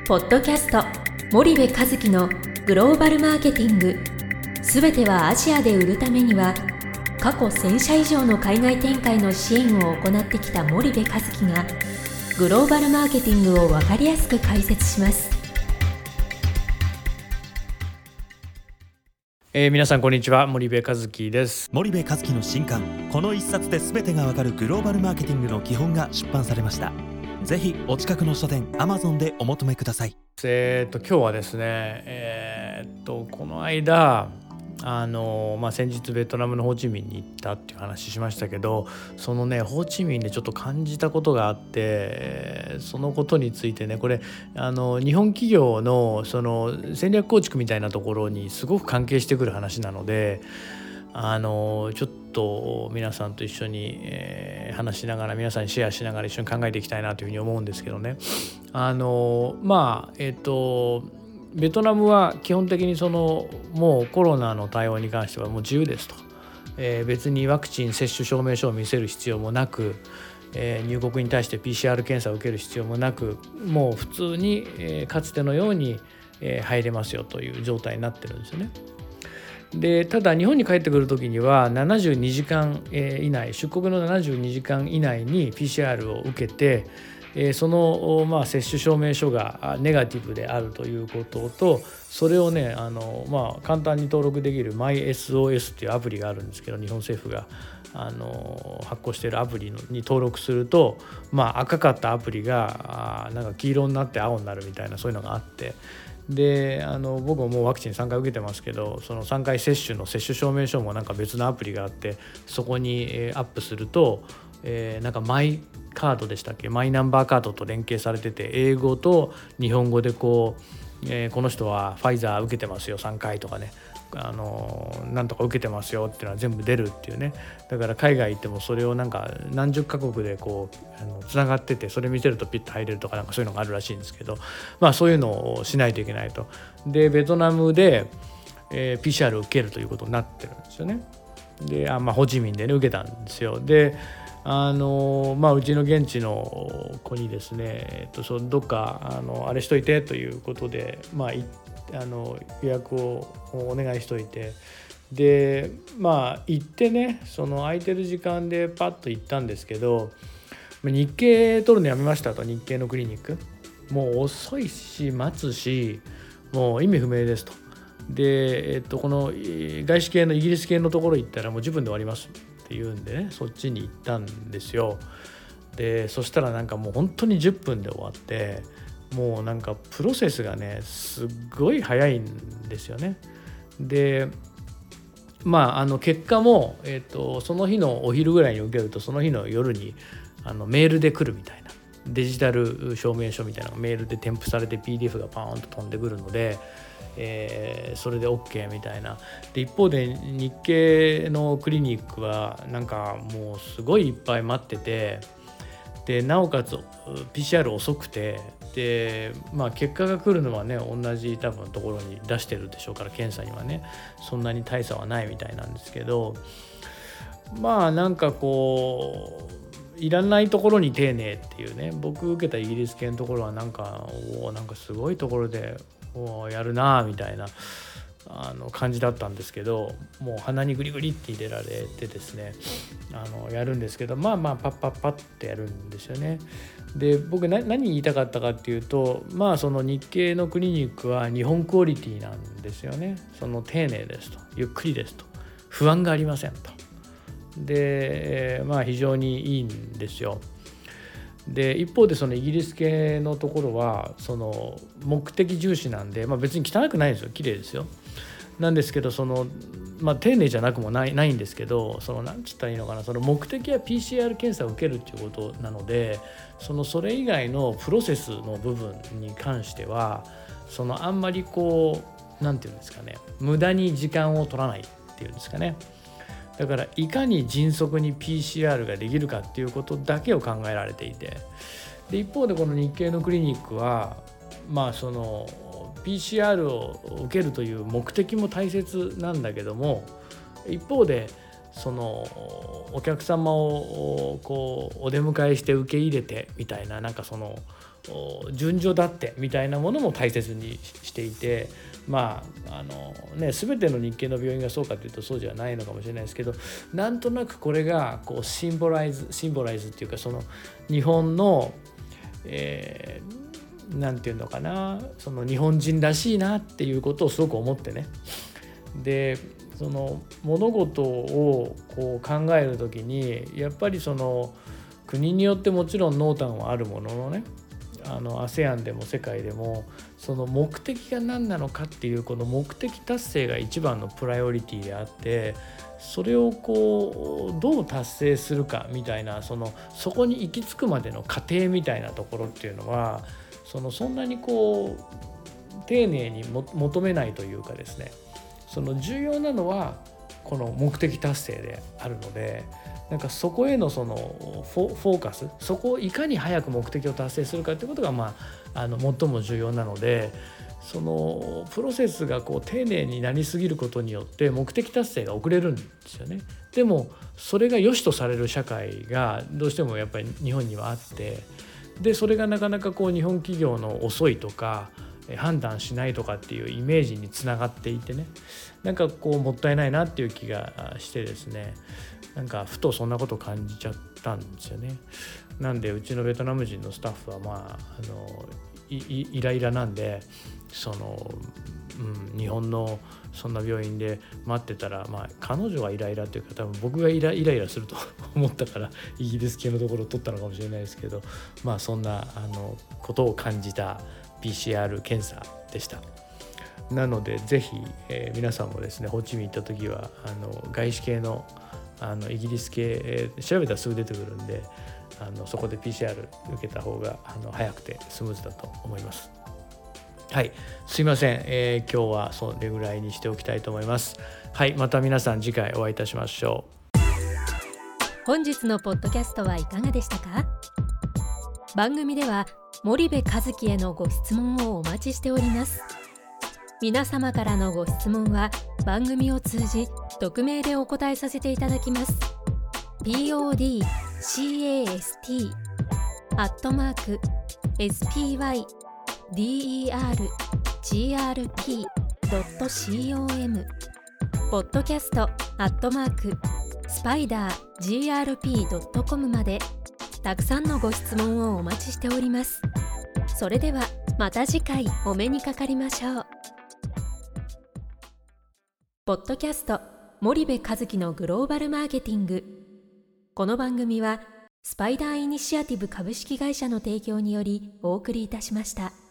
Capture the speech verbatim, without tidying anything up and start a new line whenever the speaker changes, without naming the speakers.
ポッドキャスト森部和樹のグローバルマーケティング、すべてはアジアで売るためには、過去せん社以上の海外展開の支援を行ってきた森部和樹がグローバルマーケティングを分かりやすく解説します。
えー、皆さんこんにちは、森部和樹です。
森部和樹の新刊、この一冊で全てがわかるグローバルマーケティングの基本が出版されました。ぜひお近くの書店 Amazon でお求めください。
えー、と今日はですね、えー、とこの間あの、まあ、先日ベトナムのホーチミンに行ったっていう話しましたけど、そのねホーチミンでちょっと感じたことがあって、えー、そのことについてね、これあの日本企業のその戦略構築みたいなところにすごく関係してくる話なので、あのちょっと皆さんと一緒に、えー、話しながら、皆さんにシェアしながら一緒に考えていきたいなというふうに思うんですけどね。あのまあえっ、とベトナムは基本的にそのもうコロナの対応に関してはもう自由ですと、えー、別にワクチン接種証明書を見せる必要もなく、えー、入国に対して ピーシーアール 検査を受ける必要もなく、もう普通に、えー、かつてのように、えー、入れますよという状態になってるんですよね。でただ日本に帰ってくるときにはななじゅうにじかん以内、出国のななじゅうにじかん以内に ピーシーアール を受けて、その、まあ、接種証明書がネガティブであるということと、それをねあの、まあ、簡単に登録できる マイエスオーエス っていうアプリがあるんですけど、日本政府があの発行しているアプリに登録すると、まあ、赤かったアプリがなんか黄色になって青になるみたいな、そういうのがあって、であの僕ももうワクチンさんかい受けてますけど、そのさんかい接種の接種証明書もなんか別のアプリがあって、そこに、えー、アップすると、えー、なんかマイカードでしたっけ、マイナンバーカードと連携されてて、英語と日本語でこう、えー、この人はファイザー受けてますよさんかいとかね、あのなんとか受けてますよっていうのは全部出るっていうね。だから海外行ってもそれをなんか何十カ国でこうあのつながってて、それ見せるとピッと入れるとか、なんかそういうのがあるらしいんですけど、まあそういうのをしないといけないと。でベトナムで、えー、ピーシーアール を受けるということになってるんですよね。であ、まあ、ホチミンでね受けたんですよ。であのまあ、うちの現地の子にですね、えっと、そのどっかあのあれしといてということで、まあ、いあの予約をお願いしといて、でまあ行ってね、その空いてる時間でパッと行ったんですけど、日経取るのやめましたと。日経のクリニックもう遅いし待つし、もう意味不明ですと。で、えっと、この外資系のイギリス系のところ行ったらもうじゅっぷんで終わりますって言うんでね、そっちに行ったんですよ。でそしたらなんかもう本当にじゅっぷんで終わって、もうなんかプロセスがねすっごい早いんですよね。でまああの結果も、えーと、その日のお昼ぐらいに受けると、その日の夜にあのメールで来るみたいな、デジタル証明書みたいなのがメールで添付されて ピーディーエフ がパーンと飛んでくるので、えー、それで OK みたいな。で一方で日系のクリニックはなんかもうすごいいっぱい待ってて、でなおかつ ピーシーアール 遅くて、で、まあ、結果が来るのはね同じ多分ところに出してるでしょうから、検査にはねそんなに大差はないみたいなんですけど、まあなんかこういらないところに丁寧っていうね、僕受けたイギリス系のところはなんかおなんかすごいところでおやるなみたいなあの感じだったんですけど、もう鼻にグリグリって入れられてですね、あのやるんですけど、まあまあパッパッパッってやるんですよね。で僕何言いたかったかっていうと、まあその日系のクリニックは日本クオリティなんですよね。その丁寧ですと、ゆっくりですと、不安がありませんと。でまあ非常にいいんですよ。で一方でそのイギリス系のところはその目的重視なんで、まあ、別に汚くないんですよ、綺麗ですよ。なんですけどその、まあ、丁寧じゃなくもない、ないんですけど、そのなんつったらいいのかな、その目的は ピーシーアール 検査を受けるっていうことなので、そのそれ以外のプロセスの部分に関してはそのあんまりこうなんていうんですかね、無駄に時間を取らないっていうんですかね。だからいかに迅速に ピーシーアール ができるかっていうことだけを考えられていて、で一方でこの日系のクリニックはまあその ピーシーアール を受けるという目的も大切なんだけども、一方でそのお客様をこうお出迎えして受け入れてみたいな、なんかその順序だってみたいなものも大切にしていて、まああのね、全ての日系の病院がそうかというとそうじゃないのかもしれないですけど、なんとなくこれがこうシンボライズシンボライズっていうか、その日本の、えー、なんていうのかな、その日本人らしいなっていうことをすごく思ってね。でその物事をこう考えるときにやっぱりその国によってもちろん濃淡はあるもののね、あの アセアン でも世界でもその目的が何なのかっていうこの目的達成が一番のプライオリティであって、それをこうどう達成するかみたいな、そのそこに行き着くまでの過程みたいなところっていうのは、そのそんなにこう丁寧にも求めないというかですね、その重要なのはこの目的達成であるので、なんかそこへのそのフォ、フォーカス、そこをいかに早く目的を達成するかということが、まあ、あの最も重要なので、そのプロセスがこう丁寧になりすぎることによって目的達成が遅れるんですよね。でもそれが良しとされる社会がどうしてもやっぱり日本にはあって、でそれがなかなかこう日本企業の遅いとか判断しないとかっていうイメージにつながっていてね、なんかこうもったいないなっていう気がしてですね、なんかふとそんなことを感じちゃったんですよね。なんでうちのベトナム人のスタッフはまああのイライラなんで、その、うん、日本のそんな病院で待ってたら、まあ彼女はイライラっていうか、多分僕がイライライラすると思ったからイギリス系のところを取ったのかもしれないですけど、まあそんなあのことを感じた ピーシーアール 検査でした。なのでぜひ、えー、皆さんもですね、ホーチミン行った時はあの外資系のあのイギリス系、えー、調べたらすぐ出てくるんで、あのそこで ピーシーアール 受けた方があの早くてスムーズだと思います。はい、すいません、えー、今日はそれぐらいにしておきたいと思います。はい、また皆さん次回お会いいたしましょう。
本日のポッドキャストはいかがでしたか？番組では森部一樹へのご質問をお待ちしております。皆様からのご質問は番組を通じ匿名でお答えさせていただきます。ピーオーディーキャスト アットマーク エスピーワイディーイーアールジーアールピー ドット コム ポッドキャスト アットマーク スパイダー ジーアールピー ドット コム までたくさんのご質問をお待ちしております。それではまた次回お目にかかりましょう。ポッドキャスト森部一樹のグローバルマーケティング。この番組はスパイダーイニシアティブ株式会社の提供によりお送りいたしました。